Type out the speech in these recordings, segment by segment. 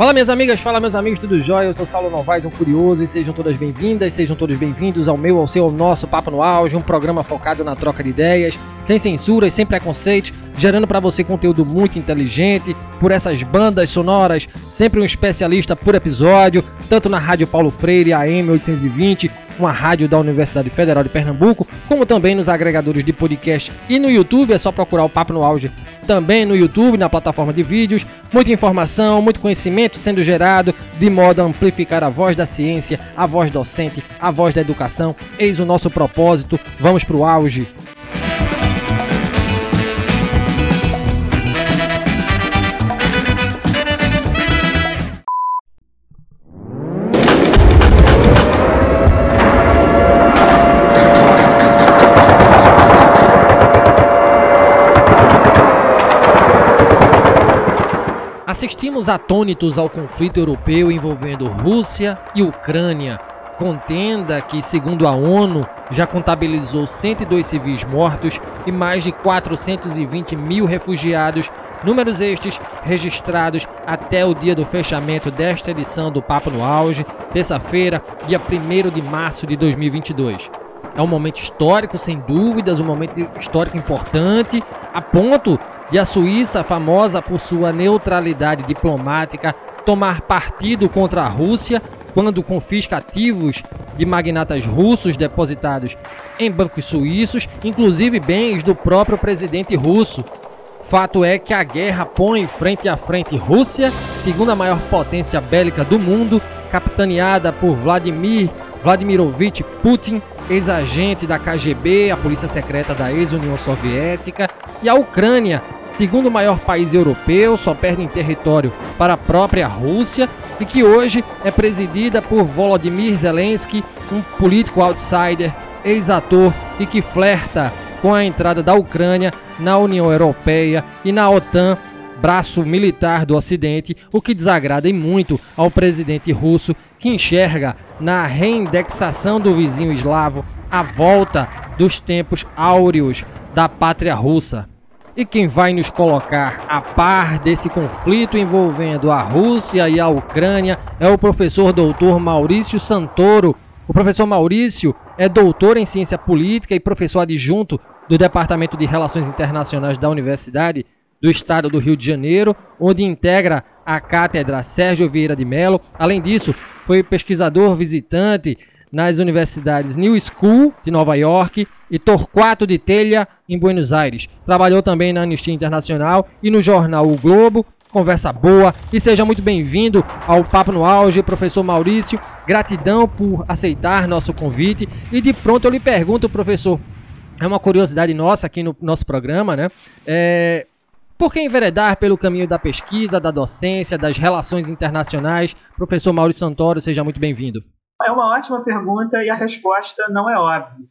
Fala minhas amigas, fala meus amigos, tudo jóia? Eu sou Saulo Novaes, um curioso, e sejam todas bem-vindas, sejam todos bem-vindos ao meu, ao seu, ao nosso Papo no Auge, um programa focado na troca de ideias, sem censuras, sem preconceitos, gerando para você conteúdo muito inteligente, por essas bandas sonoras, sempre um especialista por episódio, tanto na Rádio Paulo Freire, AM 820, uma rádio da Universidade Federal de Pernambuco, como também nos agregadores de podcast e no YouTube, é só procurar o Papo no Auge também no YouTube, na plataforma de vídeos, muita informação, muito conhecimento sendo gerado, de modo a amplificar a voz da ciência, a voz docente, a voz da educação. Eis o nosso propósito, vamos pro auge! Assistimos atônitos ao conflito europeu envolvendo Rússia e Ucrânia, contenda que, segundo a ONU, já contabilizou 102 civis mortos e mais de 420 mil refugiados, números estes registrados até o dia do fechamento desta edição do Papo no Auge, terça-feira, dia 1º de março de 2022. É um momento histórico, sem dúvidas, um momento histórico importante, a ponto de a Suíça, famosa por sua neutralidade diplomática, tomar partido contra a Rússia quando confisca ativos de magnatas russos depositados em bancos suíços, inclusive bens do próprio presidente russo. Fato é que a guerra põe frente a frente Rússia, segunda maior potência bélica do mundo, capitaneada por Vladimirovich Putin, ex-agente da KGB, a polícia secreta da ex-União Soviética, e a Ucrânia, segundo maior país europeu, só perde em território para a própria Rússia, e que hoje é presidida por Volodymyr Zelensky, um político outsider, ex-ator e que flerta com a entrada da Ucrânia na União Europeia e na OTAN, braço militar do Ocidente, o que desagrada e muito ao presidente russo, que enxerga na reindexação do vizinho eslavo a volta dos tempos áureos da pátria russa. E quem vai nos colocar a par desse conflito envolvendo a Rússia e a Ucrânia é o professor doutor Maurício Santoro. O professor Maurício é doutor em ciência política e professor adjunto do Departamento de Relações Internacionais da Universidade do Estado do Rio de Janeiro, onde integra a cátedra Sérgio Vieira de Mello. Além disso, foi pesquisador visitante nas universidades New School, de Nova York, e Torquato de Telha, em Buenos Aires. Trabalhou também na Anistia Internacional e no jornal O Globo. Conversa boa e seja muito bem-vindo ao Papo no Auge, professor Maurício. Gratidão por aceitar nosso convite. E de pronto eu lhe pergunto, professor, é uma curiosidade nossa aqui no nosso programa, né? Por que enveredar pelo caminho da pesquisa, da docência, das relações internacionais? Professor Maurício Santoro, seja muito bem-vindo. É uma ótima pergunta e a resposta não é óbvia.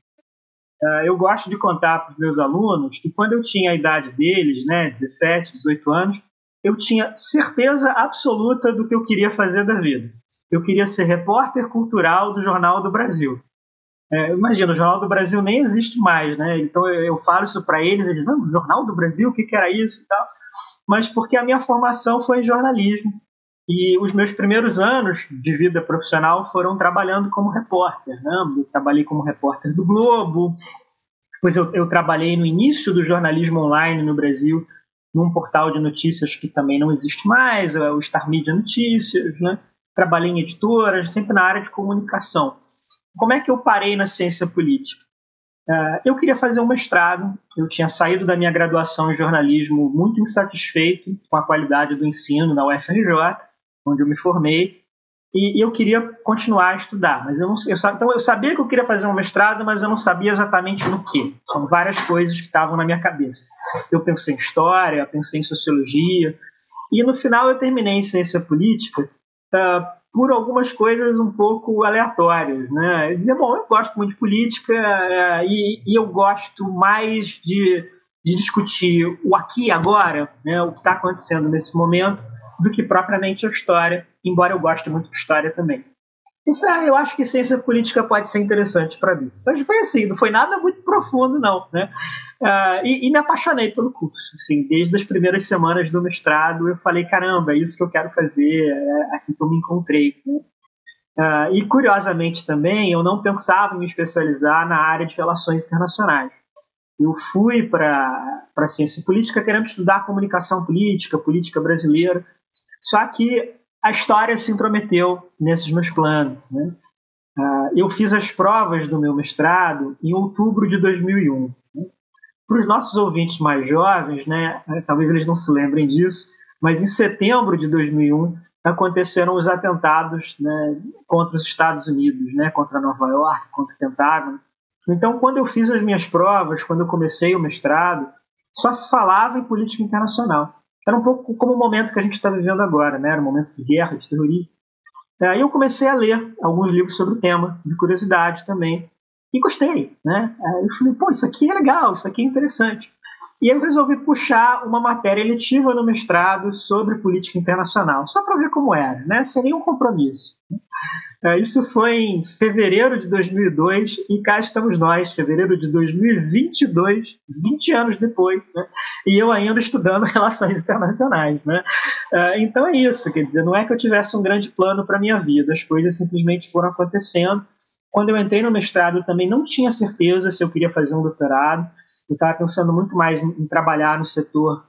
Eu gosto de contar para os meus alunos que quando eu tinha a idade deles, 17, 18 anos, eu tinha certeza absoluta do que eu queria fazer da vida. Eu queria ser repórter cultural do Jornal do Brasil. Imagina, o Jornal do Brasil nem existe mais, né? Então eu falo isso para eles, eles dizem, Jornal do Brasil, o que era isso e tal? Mas porque a minha formação foi em jornalismo e os meus primeiros anos de vida profissional foram trabalhando como repórter, né? Eu trabalhei como repórter do Globo, depois eu trabalhei no início do jornalismo online no Brasil, num portal de notícias que também não existe mais, o Star Media Notícias, né? Trabalhei em editoras, sempre na área de comunicação. Como é que eu parei na ciência política? Eu queria fazer um mestrado, eu tinha saído da minha graduação em jornalismo muito insatisfeito com a qualidade do ensino na UFRJ, onde eu me formei, e eu queria continuar a estudar, mas então eu sabia que eu queria fazer um mestrado, mas eu não sabia exatamente no quê. São várias coisas que estavam na minha cabeça. Eu pensei em história, pensei em sociologia, e no final eu terminei em ciência política, por algumas coisas um pouco aleatórias, né? Eu dizia, eu gosto muito de política e eu gosto mais de discutir o aqui e agora, né? O que está acontecendo nesse momento, do que propriamente a história, embora eu goste muito de história também. Eu falei, eu acho que ciência política pode ser interessante para mim. Mas foi assim, não foi nada muito profundo, não, né? E me apaixonei pelo curso. Assim, desde as primeiras semanas do mestrado, eu falei, caramba, é isso que eu quero fazer, é aqui que eu me encontrei. E, curiosamente também, eu não pensava em me especializar na área de relações internacionais. Eu fui para a ciência política querendo estudar comunicação política, política brasileira, só que a história se intrometeu nesses meus planos, né? Eu fiz as provas do meu mestrado em outubro de 2001. Para os nossos ouvintes mais jovens, né, talvez eles não se lembrem disso, mas em setembro de 2001 aconteceram os atentados, né, contra os Estados Unidos, né, contra Nova York, contra o Pentágono. Então, quando eu fiz as minhas provas, quando eu comecei o mestrado, só se falava em política internacional. Era um pouco como o momento que a gente está vivendo agora, né? Era um momento de guerra, de terrorismo. Aí eu comecei a ler alguns livros sobre o tema, de curiosidade também, e gostei, né? Aí eu falei, pô, isso aqui é legal, isso aqui é interessante. E eu resolvi puxar uma matéria eletiva no mestrado sobre política internacional, só para ver como era, né? Sem nenhum compromisso. Isso foi em fevereiro de 2002 e cá estamos nós, fevereiro de 2022, 20 anos depois, né? E eu ainda estudando relações internacionais, né? Então é isso, quer dizer, não é que eu tivesse um grande plano para a minha vida, as coisas simplesmente foram acontecendo. Quando eu entrei no mestrado, eu também não tinha certeza se eu queria fazer um doutorado, eu estava pensando muito mais em trabalhar no setor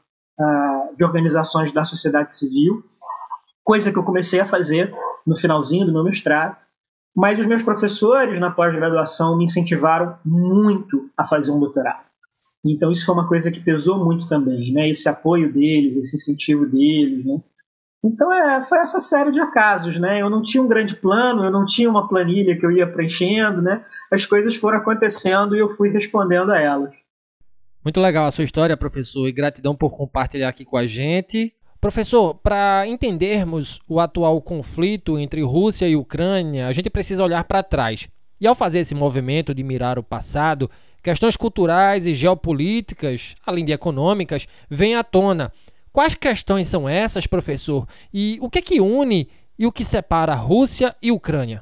de organizações da sociedade civil, coisa que eu comecei a fazer no finalzinho do meu mestrado, mas os meus professores na pós-graduação me incentivaram muito a fazer um doutorado. Então isso foi uma coisa que pesou muito também, né? Esse apoio deles, esse incentivo deles, né? Então foi essa série de acasos, né? Eu não tinha um grande plano, eu não tinha uma planilha que eu ia preenchendo, né? As coisas foram acontecendo e eu fui respondendo a elas. Muito legal a sua história, professor, e gratidão por compartilhar aqui com a gente. Professor, para entendermos o atual conflito entre Rússia e Ucrânia, a gente precisa olhar para trás. E ao fazer esse movimento de mirar o passado, questões culturais e geopolíticas, além de econômicas, vêm à tona. Quais questões são essas, professor? E o que é que une e o que separa Rússia e Ucrânia?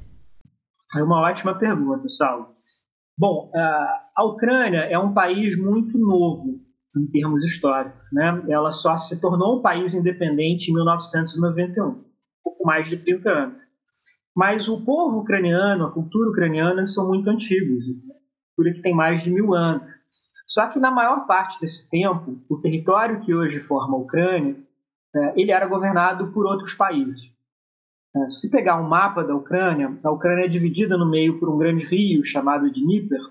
É uma ótima pergunta, Saulo. Bom, a Ucrânia é um país muito novo em termos históricos, né? Ela só se tornou um país independente em 1991, um pouco mais de 30 anos. Mas o povo ucraniano, a cultura ucraniana são muito antigos, né? Cultura que tem mais de 1000 anos. Só que na maior parte desse tempo, o território que hoje forma a Ucrânia, ele era governado por outros países. Se você pegar um mapa da Ucrânia, a Ucrânia é dividida no meio por um grande rio chamado Dnieper,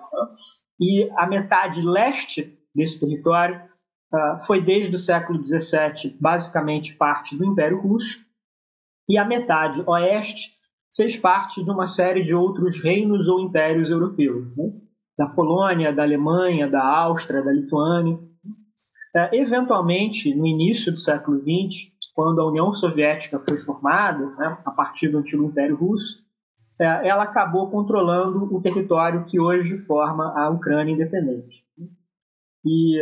e a metade leste desse território foi desde o século XVII basicamente parte do Império Russo, e a metade oeste fez parte de uma série de outros reinos ou impérios europeus, né? Da Polônia, da Alemanha, da Áustria, da Lituânia. Eventualmente, no início do século XX, quando a União Soviética foi formada, né, a partir do antigo Império Russo, ela acabou controlando o território que hoje forma a Ucrânia independente. E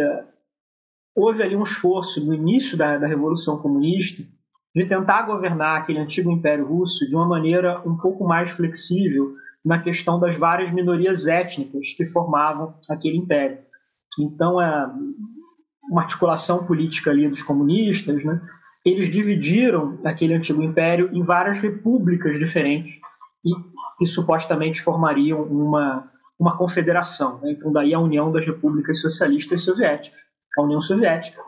houve ali um esforço no início da Revolução Comunista de tentar governar aquele antigo Império Russo de uma maneira um pouco mais flexível na questão das várias minorias étnicas que formavam aquele império. Então, uma articulação política ali dos comunistas, né? Eles dividiram aquele antigo império em várias repúblicas diferentes e supostamente formariam uma confederação, né? Então daí a união das repúblicas socialistas soviéticas, a União Soviética,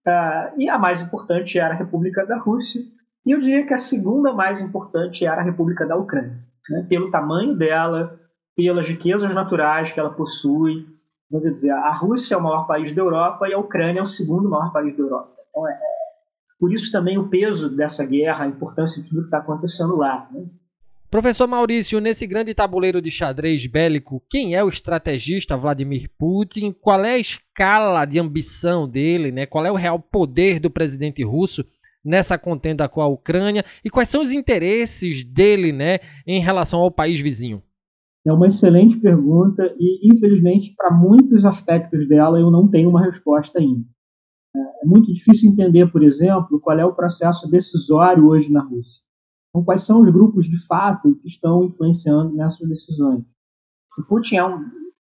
e a mais importante era a República da Rússia, e eu diria que a segunda mais importante era a República da Ucrânia, né? Pelo tamanho dela, pelas riquezas naturais que ela possui. Quer dizer, a Rússia é o maior país da Europa e a Ucrânia é o segundo maior país da Europa. Então por isso também o peso dessa guerra, a importância de tudo que está acontecendo lá, né? Professor Maurício, nesse grande tabuleiro de xadrez bélico, quem é o estrategista Vladimir Putin? Qual é a escala de ambição dele, né? Qual é o real poder do presidente russo nessa contenda com a Ucrânia? E quais são os interesses dele, né, em relação ao país vizinho? É uma excelente pergunta e, infelizmente, para muitos aspectos dela eu não tenho uma resposta ainda. É muito difícil entender, por exemplo, qual é o processo decisório hoje na Rússia. Então, quais são os grupos, de fato, que estão influenciando nessas decisões? O Putin é um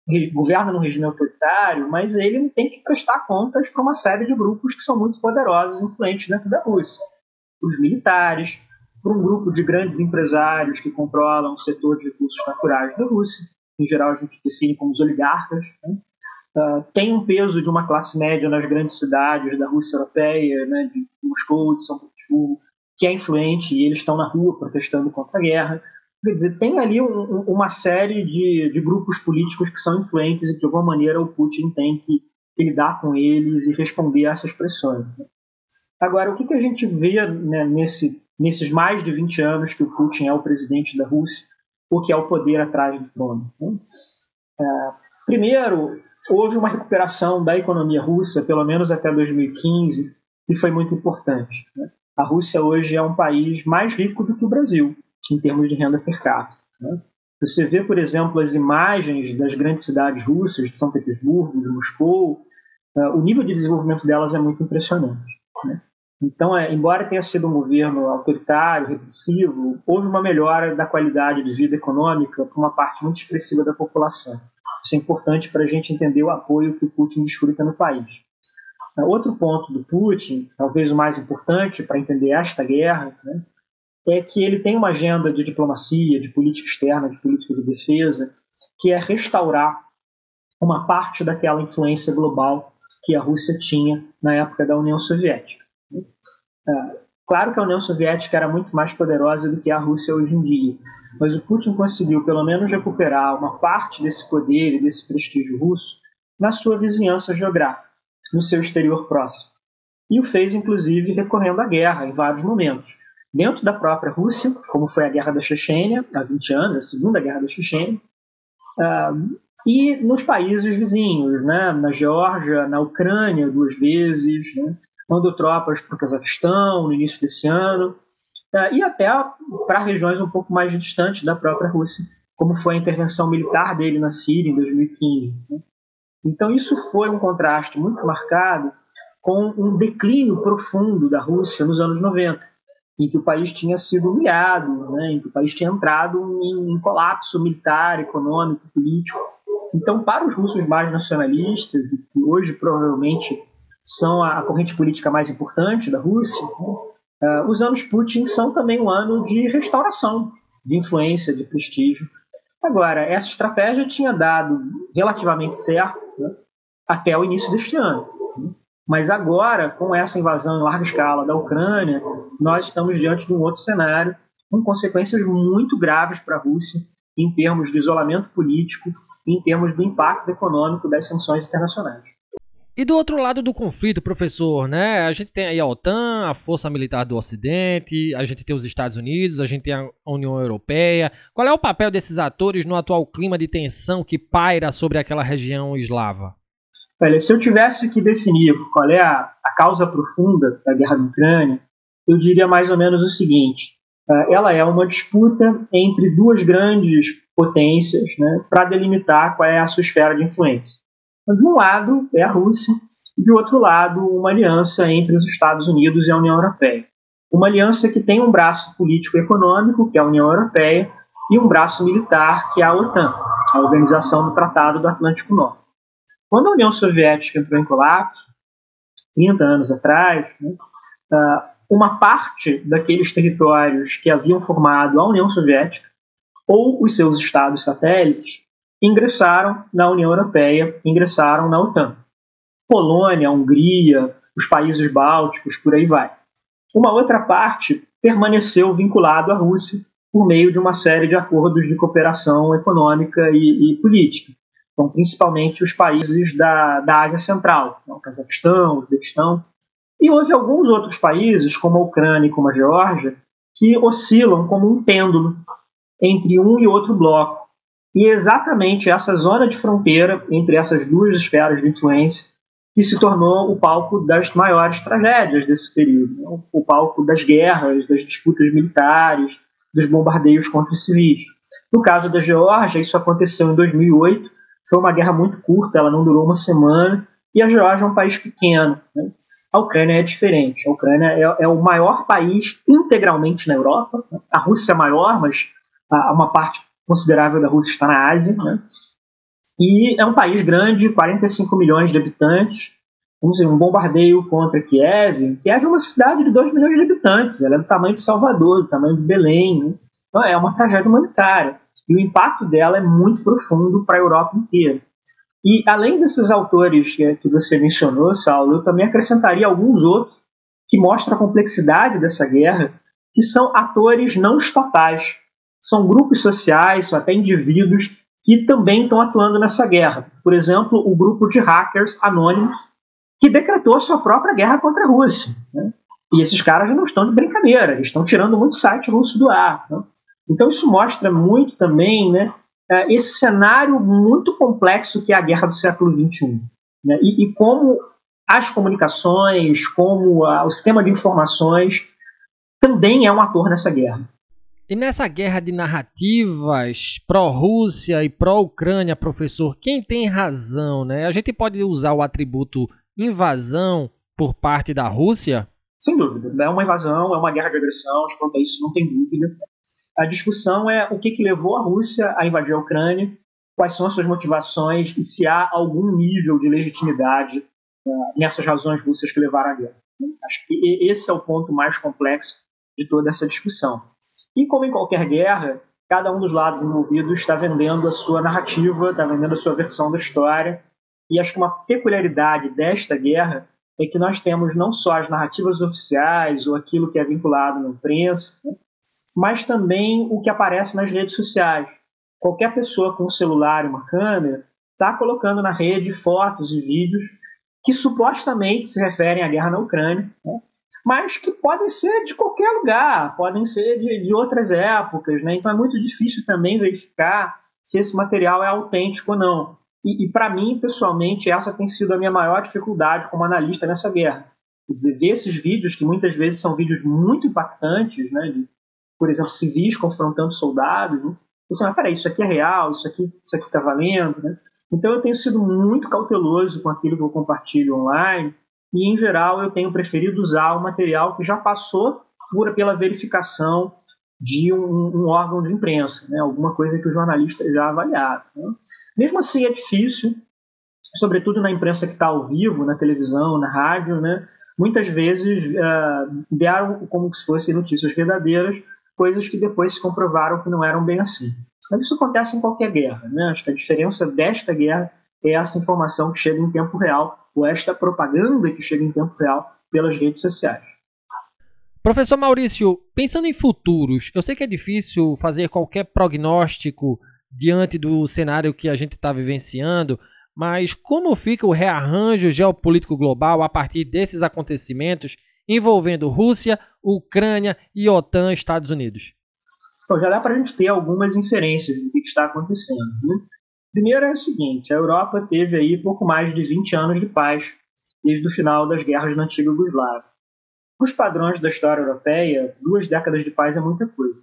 governa num regime autoritário, mas ele tem que prestar contas para uma série de grupos que são muito poderosos e influentes dentro da Rússia. Os militares, para um grupo de grandes empresários que controlam o setor de recursos naturais da Rússia, em geral a gente define como os oligarcas, né? Tem um peso de uma classe média nas grandes cidades da Rússia europeia, né, de Moscou, de São Petersburgo, que é influente e eles estão na rua protestando contra a guerra. Quer dizer, tem ali uma série de grupos políticos que são influentes e que de alguma maneira o Putin tem que lidar com eles e responder a essas pressões. Agora, o que a gente vê, né, nesses mais de 20 anos que o Putin é o presidente da Rússia, ou que é o poder atrás do trono? Primeiro, houve uma recuperação da economia russa, pelo menos até 2015, que foi muito importante, né? A Rússia hoje é um país mais rico do que o Brasil, em termos de renda per capita, né? Você vê, por exemplo, as imagens das grandes cidades russas, de São Petersburgo, de Moscou, o nível de desenvolvimento delas é muito impressionante, né? Então, embora tenha sido um governo autoritário, repressivo, houve uma melhora da qualidade de vida econômica para uma parte muito expressiva da população. Isso é importante para a gente entender o apoio que o Putin desfruta no país. Outro ponto do Putin, talvez o mais importante para entender esta guerra, né, é que ele tem uma agenda de diplomacia, de política externa, de política de defesa, que é restaurar uma parte daquela influência global que a Rússia tinha na época da União Soviética. Claro que a União Soviética era muito mais poderosa do que a Rússia hoje em dia, mas o Putin conseguiu pelo menos recuperar uma parte desse poder e desse prestígio russo na sua vizinhança geográfica, no seu exterior próximo. E o fez, inclusive, recorrendo à guerra em vários momentos. Dentro da própria Rússia, como foi a Guerra da Chechênia, há 20 anos, a Segunda Guerra da Chechênia, e nos países vizinhos, né? Na Geórgia, na Ucrânia, 2 vezes, né? Mandou tropas para o Cazaquistão no início desse ano, e até para regiões um pouco mais distantes da própria Rússia, como foi a intervenção militar dele na Síria em 2015. Né? Então isso foi um contraste muito marcado com um declínio profundo da Rússia nos anos 90, em que o país tinha sido humilhado, né? Em que o país tinha entrado em colapso militar, econômico, político. Então, para os russos mais nacionalistas, e que hoje provavelmente são a corrente política mais importante da Rússia, os anos Putin são também um ano de restauração, de influência, de prestígio. Agora, essa estratégia tinha dado relativamente certo, né, até o início deste ano. Mas agora, com essa invasão em larga escala da Ucrânia, nós estamos diante de um outro cenário com consequências muito graves para a Rússia em termos de isolamento político e em termos do impacto econômico das sanções internacionais. E do outro lado do conflito, professor, né? A gente tem aí a OTAN, a Força Militar do Ocidente, a gente tem os Estados Unidos, a gente tem a União Europeia. Qual é o papel desses atores no atual clima de tensão que paira sobre aquela região eslava? Olha, se eu tivesse que definir qual é a causa profunda da guerra da Ucrânia, eu diria mais ou menos o seguinte: ela é uma disputa entre 2 grandes potências, né, para delimitar qual é a sua esfera de influência. De um lado é a Rússia, de outro lado uma aliança entre os Estados Unidos e a União Europeia. Uma aliança que tem um braço político e econômico, que é a União Europeia, e um braço militar, que é a OTAN, a Organização do Tratado do Atlântico Norte. Quando a União Soviética entrou em colapso, 30 anos atrás, né, uma parte daqueles territórios que haviam formado a União Soviética, ou os seus estados satélites, ingressaram na União Europeia, ingressaram na OTAN. Polônia, Hungria, os países bálticos, por aí vai. Uma outra parte permaneceu vinculado à Rússia por meio de uma série de acordos de cooperação econômica e política. Então, principalmente os países da Ásia Central, o Cazaquistão, o Uzbequistão. E houve alguns outros países, como a Ucrânia e como a Geórgia, que oscilam como um pêndulo entre um e outro bloco. E é exatamente essa zona de fronteira entre essas 2 esferas de influência que se tornou o palco das maiores tragédias desse período, né? O palco das guerras, das disputas militares, dos bombardeios contra civis. No caso da Geórgia, isso aconteceu em 2008, foi uma guerra muito curta, ela não durou uma semana, e a Geórgia é um país pequeno, né? A Ucrânia é diferente, a Ucrânia é o maior país integralmente na Europa, né? A Rússia é maior, mas uma parte considerável da Rússia está na Ásia, né? E é um país grande, 45 milhões de habitantes. Vamos dizer, um bombardeio contra Kiev. Kiev é uma cidade de 2 milhões de habitantes. Ela é do tamanho de Salvador, do tamanho de Belém. Né? Então é uma tragédia humanitária. E o impacto dela é muito profundo para a Europa inteira. E além desses autores que você mencionou, Saulo, eu também acrescentaria alguns outros que mostram a complexidade dessa guerra, que são atores não estatais. São grupos sociais, são até indivíduos que também estão atuando nessa guerra. Por exemplo, o grupo de hackers anônimos que decretou a sua própria guerra contra a Rússia. Né? E esses caras não estão de brincadeira, eles estão tirando muito site russo do ar. Né? Então isso mostra muito também, né, esse cenário muito complexo que é a guerra do século XXI. Né? E como as comunicações, como o sistema de informações também é um ator nessa guerra. E nessa guerra de narrativas pró-Rússia e pró-Ucrânia, professor, quem tem razão, né? A gente pode usar o atributo invasão por parte da Rússia? Sem dúvida. É uma invasão, é uma guerra de agressão, quanto a isso não tem dúvida. A discussão é o que levou a Rússia a invadir a Ucrânia, quais são as suas motivações e se há algum nível de legitimidade nessas razões russas que levaram à guerra. Acho que esse é o ponto mais complexo de toda essa discussão. E como em qualquer guerra, cada um dos lados envolvidos está vendendo a sua narrativa, está vendendo a sua versão da história. E acho que uma peculiaridade desta guerra é que nós temos não só as narrativas oficiais ou aquilo que é vinculado na imprensa, mas também o que aparece nas redes sociais. Qualquer pessoa com um celular e uma câmera está colocando na rede fotos e vídeos que supostamente se referem à guerra na Ucrânia, né? Mas que podem ser de qualquer lugar, podem ser de outras épocas, né? Então é muito difícil também verificar se esse material é autêntico ou não. E para mim, pessoalmente, essa tem sido a minha maior dificuldade como analista nessa guerra. Quer dizer, ver esses vídeos, que muitas vezes são vídeos muito impactantes, né? De, por exemplo, civis confrontando soldados, né? Assim, mas peraí, isso aqui é real, isso aqui está valendo, né? Então eu tenho sido muito cauteloso com aquilo que eu compartilho online e, em geral, eu tenho preferido usar o material que já passou pela verificação de um órgão de imprensa, né? Alguma coisa que o jornalista já avaliado. Né? Mesmo assim é difícil, sobretudo na imprensa que está ao vivo, na televisão, na rádio, né? Muitas vezes deram como se fossem notícias verdadeiras, coisas que depois se comprovaram que não eram bem assim. Mas isso acontece em qualquer guerra, né? Acho que a diferença desta guerra é essa informação que chega em tempo real, ou esta propaganda que chega em tempo real pelas redes sociais. Professor Maurício, pensando em futuros, eu sei que é difícil fazer qualquer prognóstico diante do cenário que a gente está vivenciando, mas como fica o rearranjo geopolítico global a partir desses acontecimentos envolvendo Rússia, Ucrânia e OTAN, Estados Unidos? Então, já dá para a gente ter algumas inferências do que está acontecendo, né? Primeiro é o seguinte, a Europa teve aí pouco mais de 20 anos de paz desde o final das guerras na antiga Iugoslávia. Nos padrões da história europeia, 2 décadas de paz é muita coisa.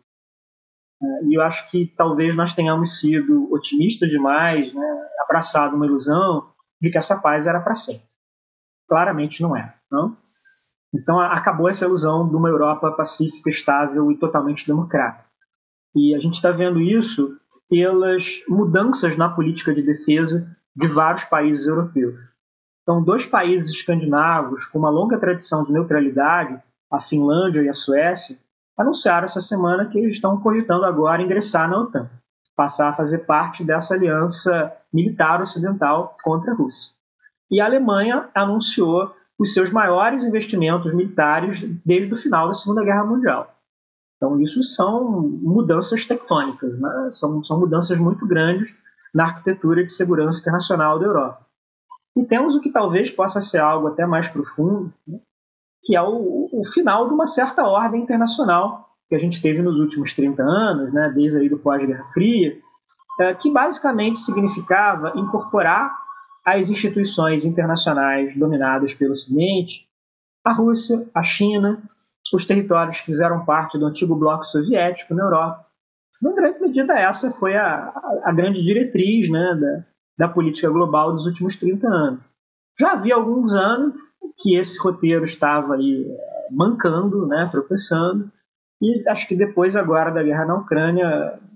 E eu acho que talvez nós tenhamos sido otimistas demais, né, abraçado uma ilusão de que essa paz era para sempre. Claramente não é. Não? Então acabou essa ilusão de uma Europa pacífica, estável e totalmente democrática. E a gente está vendo isso pelas mudanças na política de defesa de vários países europeus. Então, 2 países escandinavos com uma longa tradição de neutralidade, a Finlândia e a Suécia, anunciaram essa semana que eles estão cogitando agora ingressar na OTAN, passar a fazer parte dessa aliança militar ocidental contra a Rússia. E a Alemanha anunciou os seus maiores investimentos militares desde o final da Segunda Guerra Mundial. Então, isso são mudanças tectônicas, né? São mudanças muito grandes na arquitetura de segurança internacional da Europa. E temos o que talvez possa ser algo até mais profundo, né? Que é o final de uma certa ordem internacional que a gente teve nos últimos 30 anos, né? Desde aí do pós-Guerra Fria, que basicamente significava incorporar às instituições internacionais dominadas pelo Ocidente a Rússia, a China, os territórios que fizeram parte do antigo bloco soviético na Europa. Em grande medida, essa foi a grande diretriz, né, da política global dos últimos 30 anos. Já havia alguns anos que esse roteiro estava aí mancando, né, tropeçando, e acho que depois agora da guerra na Ucrânia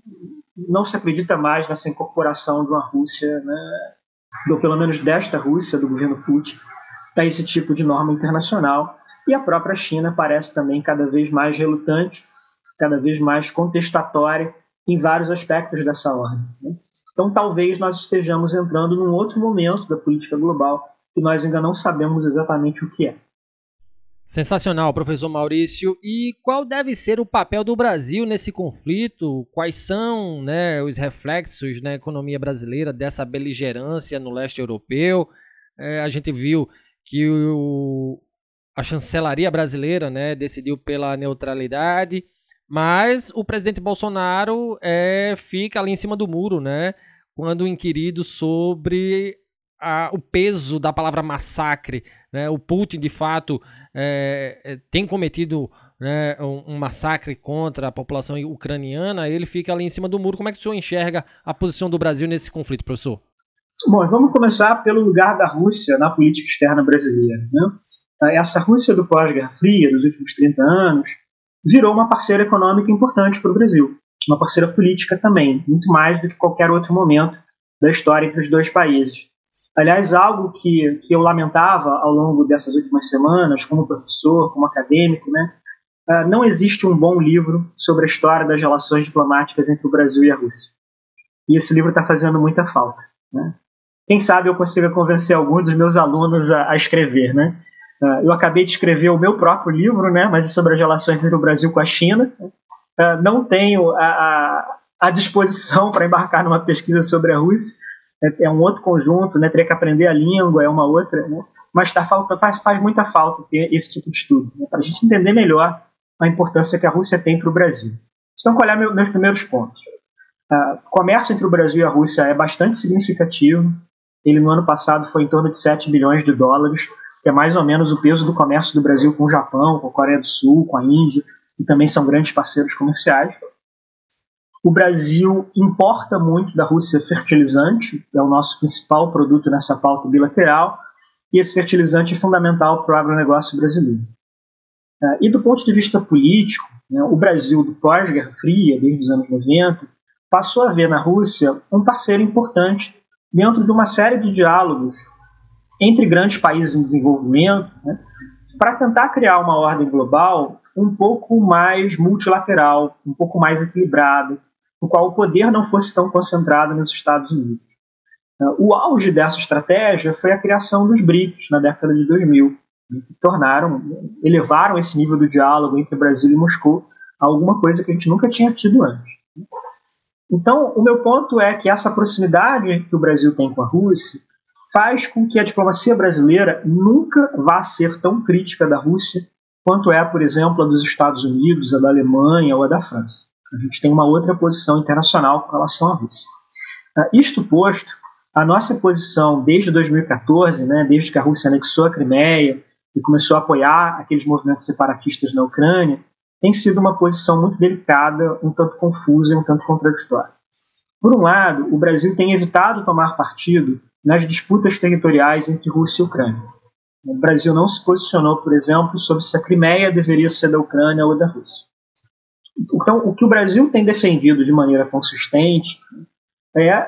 não se acredita mais nessa incorporação de uma Rússia, né, ou pelo menos desta Rússia, do governo Putin, a esse tipo de norma internacional. E a própria China parece também cada vez mais relutante, cada vez mais contestatória em vários aspectos dessa ordem, né? Então, talvez nós estejamos entrando num outro momento da política global que nós ainda não sabemos exatamente o que é. Sensacional, professor Maurício. E qual deve ser o papel do Brasil nesse conflito? Quais são, né, os reflexos na economia brasileira dessa beligerância no leste europeu? A gente viu que a chancelaria brasileira, né, decidiu pela neutralidade, mas o presidente Bolsonaro fica ali em cima do muro, né, quando inquirido sobre o peso da palavra massacre, né? O Putin, de fato, tem cometido, né, um massacre contra a população ucraniana. Ele fica ali em cima do muro. Como é que o senhor enxerga a posição do Brasil nesse conflito, professor? Bom, vamos começar pelo lugar da Rússia na política externa brasileira, né? Essa Rússia do pós-Guerra Fria, dos últimos 30 anos, virou uma parceira econômica importante para o Brasil. Uma parceira política também, muito mais do que qualquer outro momento da história entre os dois países. Aliás, algo que eu lamentava ao longo dessas últimas semanas, como professor, como acadêmico, né? Não existe um bom livro sobre a história das relações diplomáticas entre o Brasil e a Rússia. E esse livro está fazendo muita falta, né? Quem sabe eu consiga convencer alguns dos meus alunos a escrever, né? Eu acabei de escrever o meu próprio livro, né? Mas é sobre as relações entre o Brasil com a China. Não tenho a disposição para embarcar numa pesquisa sobre a Rússia. É um outro conjunto, né? Teria que aprender a língua, é uma outra, né? Mas faz muita falta ter esse tipo de estudo, né? Para a gente entender melhor a importância que a Rússia tem para o Brasil. Então, qual é meus primeiros pontos? O comércio entre o Brasil e a Rússia é bastante significativo. Ele, no ano passado, foi em torno de 7 bilhões de dólares, que é mais ou menos o peso do comércio do Brasil com o Japão, com a Coreia do Sul, com a Índia, que também são grandes parceiros comerciais. O Brasil importa muito da Rússia fertilizante, é o nosso principal produto nessa pauta bilateral, e esse fertilizante é fundamental para o agronegócio brasileiro. E do ponto de vista político, né, o Brasil, do pós-Guerra Fria, desde os anos 90, passou a ver na Rússia um parceiro importante dentro de uma série de diálogos entre grandes países em desenvolvimento, né, para tentar criar uma ordem global um pouco mais multilateral, um pouco mais equilibrada, no qual o poder não fosse tão concentrado nos Estados Unidos. O auge dessa estratégia foi a criação dos BRICS na década de 2000, que elevaram esse nível do diálogo entre Brasil e Moscou a alguma coisa que a gente nunca tinha tido antes. Então, o meu ponto é que essa proximidade que o Brasil tem com a Rússia faz com que a diplomacia brasileira nunca vá ser tão crítica da Rússia quanto é, por exemplo, a dos Estados Unidos, a da Alemanha ou a da França. A gente tem uma outra posição internacional com relação à Rússia. Isto posto, a nossa posição desde 2014, né, desde que a Rússia anexou a Crimeia e começou a apoiar aqueles movimentos separatistas na Ucrânia, tem sido uma posição muito delicada, um tanto confusa e um tanto contraditória. Por um lado, o Brasil tem evitado tomar partido nas disputas territoriais entre Rússia e Ucrânia. O Brasil não se posicionou, por exemplo, sobre se a Crimeia deveria ser da Ucrânia ou da Rússia. Então, o que o Brasil tem defendido de maneira consistente é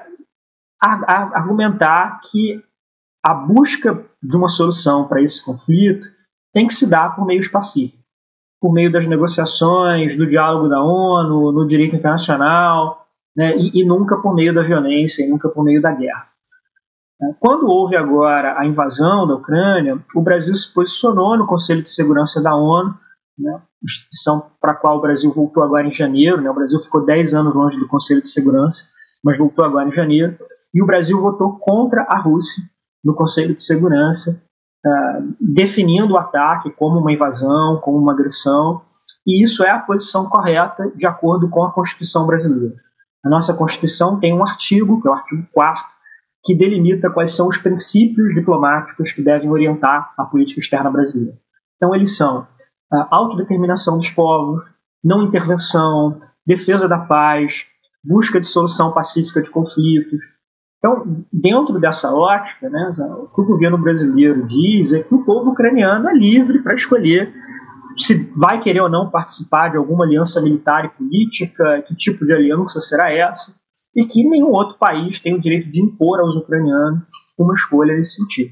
argumentar que a busca de uma solução para esse conflito tem que se dar por meios pacíficos, por meio das negociações, do diálogo da ONU, no direito internacional, né, e nunca por meio da violência, e nunca por meio da guerra. Quando houve agora a invasão da Ucrânia, o Brasil se posicionou no Conselho de Segurança da ONU, né, instituição para a qual o Brasil voltou agora em janeiro, né, o Brasil ficou 10 anos longe do Conselho de Segurança, mas voltou agora em janeiro, e o Brasil votou contra a Rússia no Conselho de Segurança, definindo o ataque como uma invasão, como uma agressão, e isso é a posição correta de acordo com a Constituição brasileira. A nossa Constituição tem um artigo, que é o artigo 4º, que delimita quais são os princípios diplomáticos que devem orientar a política externa brasileira. Então eles são a autodeterminação dos povos, não intervenção, defesa da paz, busca de solução pacífica de conflitos. Então, dentro dessa ótica, né, o que o governo brasileiro diz é que o povo ucraniano é livre para escolher se vai querer ou não participar de alguma aliança militar e política, que tipo de aliança será essa, e que nenhum outro país tem o direito de impor aos ucranianos uma escolha nesse sentido.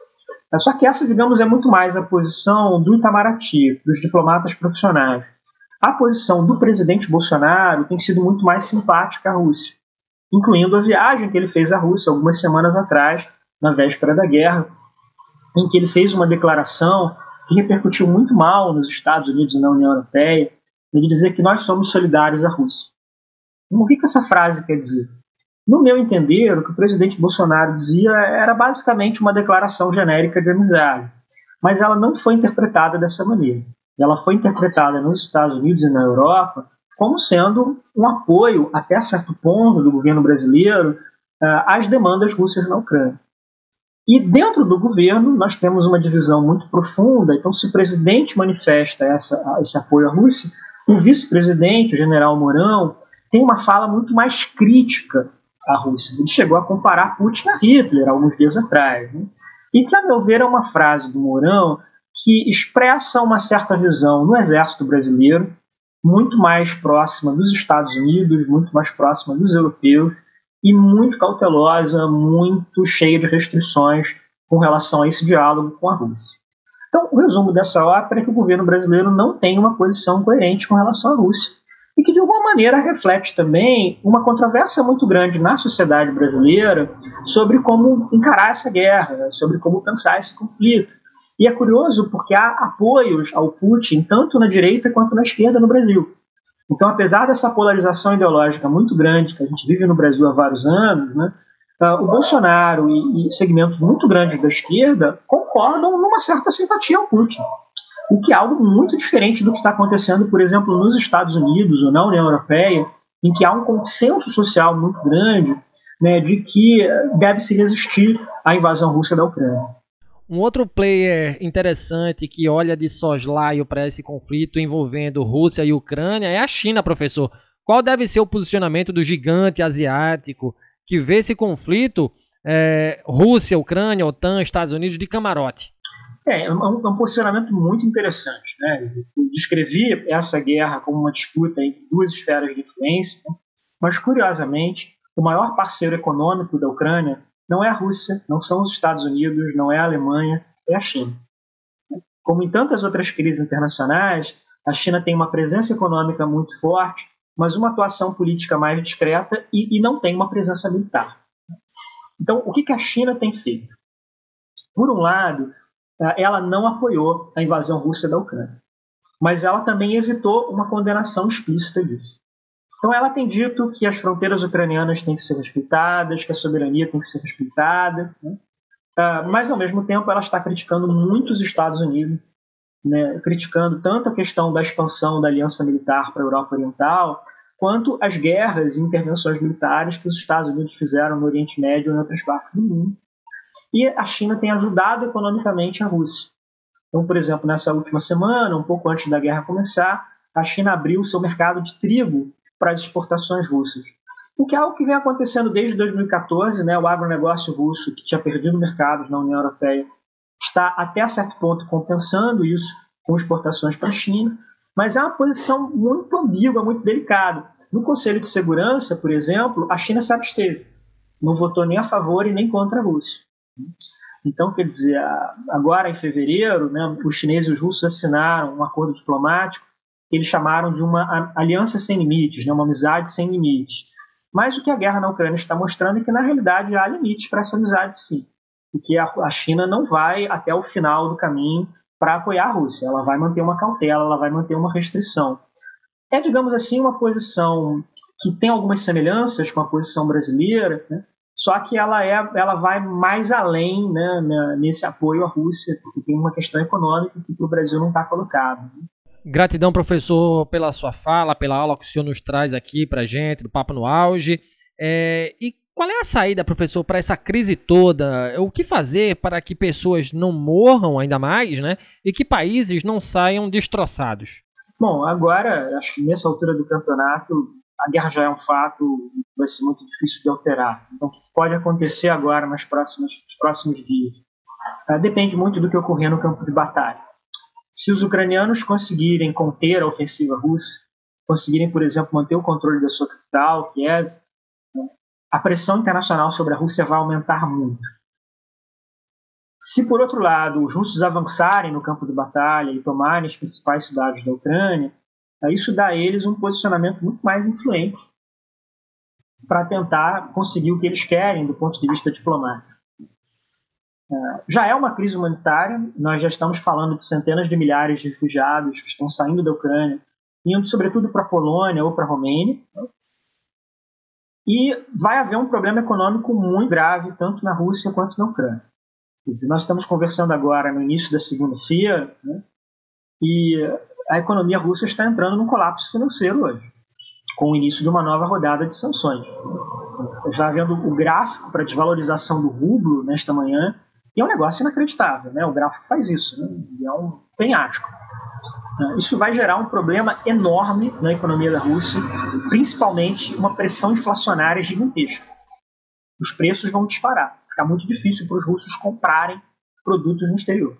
Só que essa, digamos, é muito mais a posição do Itamaraty, dos diplomatas profissionais. A posição do presidente Bolsonaro tem sido muito mais simpática à Rússia, incluindo a viagem que ele fez à Rússia algumas semanas atrás, na véspera da guerra, em que ele fez uma declaração que repercutiu muito mal nos Estados Unidos e na União Europeia, ele dizer que nós somos solidários à Rússia. O que essa frase quer dizer? No meu entender, o que o presidente Bolsonaro dizia era basicamente uma declaração genérica de amizade, mas ela não foi interpretada dessa maneira. Ela foi interpretada nos Estados Unidos e na Europa como sendo um apoio, até certo ponto, do governo brasileiro às demandas russas na Ucrânia. E dentro do governo nós temos uma divisão muito profunda, então se o presidente manifesta esse apoio à Rússia, o vice-presidente, o general Mourão, tem uma fala muito mais crítica à Rússia. Ele chegou a comparar Putin a Hitler alguns dias atrás, né? E que, a meu ver, é uma frase do Mourão que expressa uma certa visão no exército brasileiro, muito mais próxima dos Estados Unidos, muito mais próxima dos europeus, e muito cautelosa, muito cheia de restrições com relação a esse diálogo com a Rússia. Então, o resumo dessa ópera é que o governo brasileiro não tem uma posição coerente com relação à Rússia, e que, de alguma maneira, reflete também uma controvérsia muito grande na sociedade brasileira sobre como encarar essa guerra, sobre como pensar esse conflito. E é curioso porque há apoios ao Putin tanto na direita quanto na esquerda no Brasil. Então, apesar dessa polarização ideológica muito grande que a gente vive no Brasil há vários anos, né, o Bolsonaro e segmentos muito grandes da esquerda concordam numa certa simpatia ao Putin. O que é algo muito diferente do que está acontecendo, por exemplo, nos Estados Unidos ou na União Europeia, em que há um consenso social muito grande, né, de que deve-se resistir à invasão russa da Ucrânia. Um outro player interessante que olha de soslaio para esse conflito envolvendo Rússia e Ucrânia é a China, professor. Qual deve ser o posicionamento do gigante asiático que vê esse conflito, Rússia, Ucrânia, OTAN, Estados Unidos, de camarote? É um posicionamento muito interessante, né? Eu descrevi essa guerra como uma disputa entre duas esferas de influência, né? Mas, curiosamente, o maior parceiro econômico da Ucrânia não é a Rússia, não são os Estados Unidos, não é a Alemanha, é a China. Como em tantas outras crises internacionais, a China tem uma presença econômica muito forte, mas uma atuação política mais discreta e não tem uma presença militar. Então, o que a China tem feito? Por um lado, ela não apoiou a invasão russa da Ucrânia, mas ela também evitou uma condenação explícita disso. Então ela tem dito que as fronteiras ucranianas têm que ser respeitadas, que a soberania tem que ser respeitada, né? Mas ao mesmo tempo ela está criticando muito os Estados Unidos, né? Criticando tanto a questão da expansão da aliança militar para a Europa Oriental, quanto as guerras e intervenções militares que os Estados Unidos fizeram no Oriente Médio e em outras partes do mundo. E a China tem ajudado economicamente a Rússia. Então, por exemplo, nessa última semana, um pouco antes da guerra começar, a China abriu seu mercado de trigo para as exportações russas. O que é algo que vem acontecendo desde 2014, né? O agronegócio russo, que tinha perdido mercados na União Europeia, está até certo ponto compensando isso com exportações para a China, mas é uma posição muito ambígua, muito delicada. No Conselho de Segurança, por exemplo, a China se absteve. Não votou nem a favor e nem contra a Rússia. Então, quer dizer, agora em fevereiro, né, os chineses e os russos assinaram um acordo diplomático que eles chamaram de uma aliança sem limites, né, uma amizade sem limites. Mas o que a guerra na Ucrânia está mostrando é que, na realidade, há limites para essa amizade, sim. E que a China não vai até o final do caminho para apoiar a Rússia. Ela vai manter uma cautela, ela vai manter uma restrição. É, digamos assim, uma posição que tem algumas semelhanças com a posição brasileira, né? Só que ela vai mais além, né, nesse apoio à Rússia, porque tem uma questão econômica que para o Brasil não está colocado, né? Gratidão, professor, pela sua fala, pela aula que o senhor nos traz aqui para a gente, do Papo no Auge. E qual é a saída, professor, para essa crise toda? O que fazer para que pessoas não morram ainda mais, né? E que países não saiam destroçados? Bom, agora, acho que nessa altura do campeonato, a guerra já é um fato, vai ser muito difícil de alterar. Então, o que pode acontecer agora nos próximos dias? Depende muito do que ocorrer no campo de batalha. Se os ucranianos conseguirem conter a ofensiva russa, conseguirem, por exemplo, manter o controle da sua capital, Kiev, a pressão internacional sobre a Rússia vai aumentar muito. Se, por outro lado, os russos avançarem no campo de batalha e tomarem as principais cidades da Ucrânia, isso dá a eles um posicionamento muito mais influente para tentar conseguir o que eles querem do ponto de vista diplomático. Já é uma crise humanitária, nós já estamos falando de centenas de milhares de refugiados que estão saindo da Ucrânia, indo sobretudo para a Polônia ou para a Romênia, e vai haver um problema econômico muito grave, tanto na Rússia quanto na Ucrânia. Quer dizer, nós estamos conversando agora no início da segunda-feira, e a economia russa está entrando num colapso financeiro hoje, com o início de uma nova rodada de sanções. Já vendo o gráfico para a desvalorização do rublo nesta manhã, e é um negócio inacreditável, né? O gráfico faz isso, né? É um penhasco. Isso vai gerar um problema enorme na economia da Rússia, principalmente uma pressão inflacionária gigantesca. Os preços vão disparar, fica muito difícil para os russos comprarem produtos no exterior.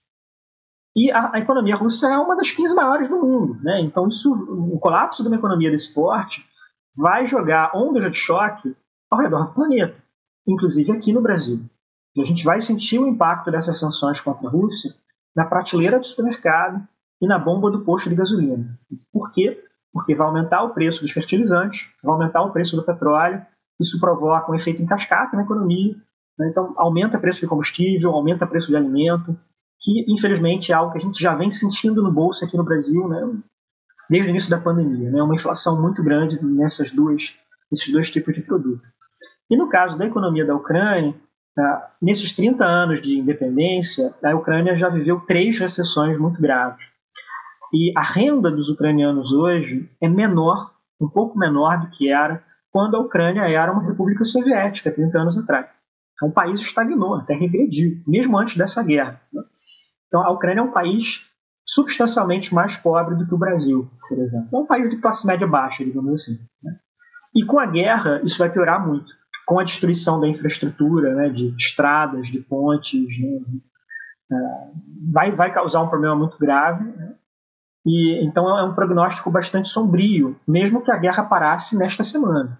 E a economia russa é uma das 15 maiores do mundo, né? Então o colapso de uma economia desse porte vai jogar ondas de choque ao redor do planeta, inclusive aqui no Brasil. E a gente vai sentir o impacto dessas sanções contra a Rússia na prateleira do supermercado e na bomba do posto de gasolina. Por quê? Porque vai aumentar o preço dos fertilizantes, vai aumentar o preço do petróleo, isso provoca um efeito em cascata na economia, né? Então aumenta o preço de combustível, aumenta o preço de alimento, que infelizmente é algo que a gente já vem sentindo no bolso aqui no Brasil, né? Desde o início da pandemia, né? Uma inflação muito grande nesses dois tipos de produto. E no caso da economia da Ucrânia, nesses 30 anos de independência, a Ucrânia já viveu 3 recessões muito graves. E a renda dos ucranianos hoje é menor, um pouco menor do que era quando a Ucrânia era uma república soviética, 30 anos atrás. Então, o país estagnou, até regrediu, mesmo antes dessa guerra. Então, a Ucrânia é um país substancialmente mais pobre do que o Brasil, por exemplo. É um país de classe média baixa, digamos assim. E com a guerra, isso vai piorar muito. Com a destruição da infraestrutura, né, de estradas, de pontes, né, vai causar um problema muito grave. Né? E então é um prognóstico bastante sombrio, mesmo que a guerra parasse nesta semana.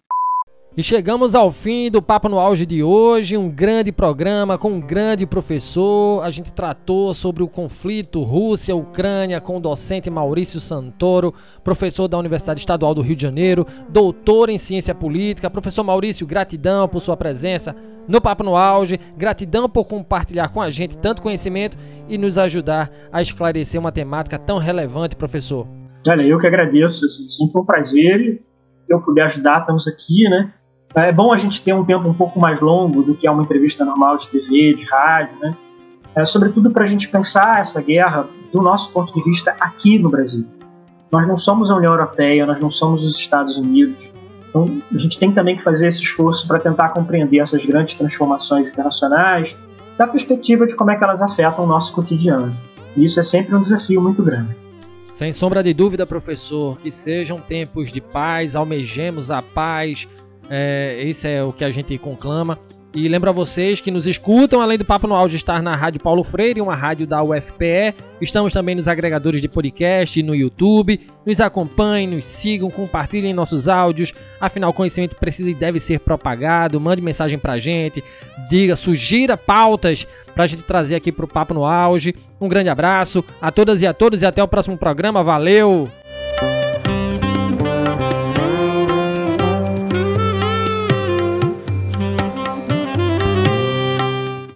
E chegamos ao fim do Papo no Auge de hoje, um grande programa com um grande professor. A gente tratou sobre o conflito Rússia-Ucrânia com o docente Maurício Santoro, professor da Universidade Estadual do Rio de Janeiro, doutor em Ciência Política. Professor Maurício, gratidão por sua presença no Papo no Auge, gratidão por compartilhar com a gente tanto conhecimento e nos ajudar a esclarecer uma temática tão relevante, professor. Olha, eu que agradeço, assim, sempre um prazer. Se eu puder ajudar, estamos aqui, né? É bom a gente ter um tempo um pouco mais longo do que uma entrevista normal de TV, de rádio, né? Sobretudo para a gente pensar essa guerra do nosso ponto de vista aqui no Brasil. Nós não somos a União Europeia, nós não somos os Estados Unidos. Então, a gente tem também que fazer esse esforço para tentar compreender essas grandes transformações internacionais da perspectiva de como é que elas afetam o nosso cotidiano. E isso é sempre um desafio muito grande. Sem sombra de dúvida, professor, que sejam tempos de paz, almejemos a paz. Esse é o que a gente conclama. E lembro a vocês que nos escutam, além do Papo no Auge estar na Rádio Paulo Freire, uma rádio da UFPE. Estamos também nos agregadores de podcast e no YouTube. Nos acompanhem, nos sigam, compartilhem nossos áudios. Afinal, o conhecimento precisa e deve ser propagado. Mande mensagem pra gente, diga, sugira pautas pra gente trazer aqui pro Papo no Auge. Um grande abraço a todas e a todos e até o próximo programa. Valeu!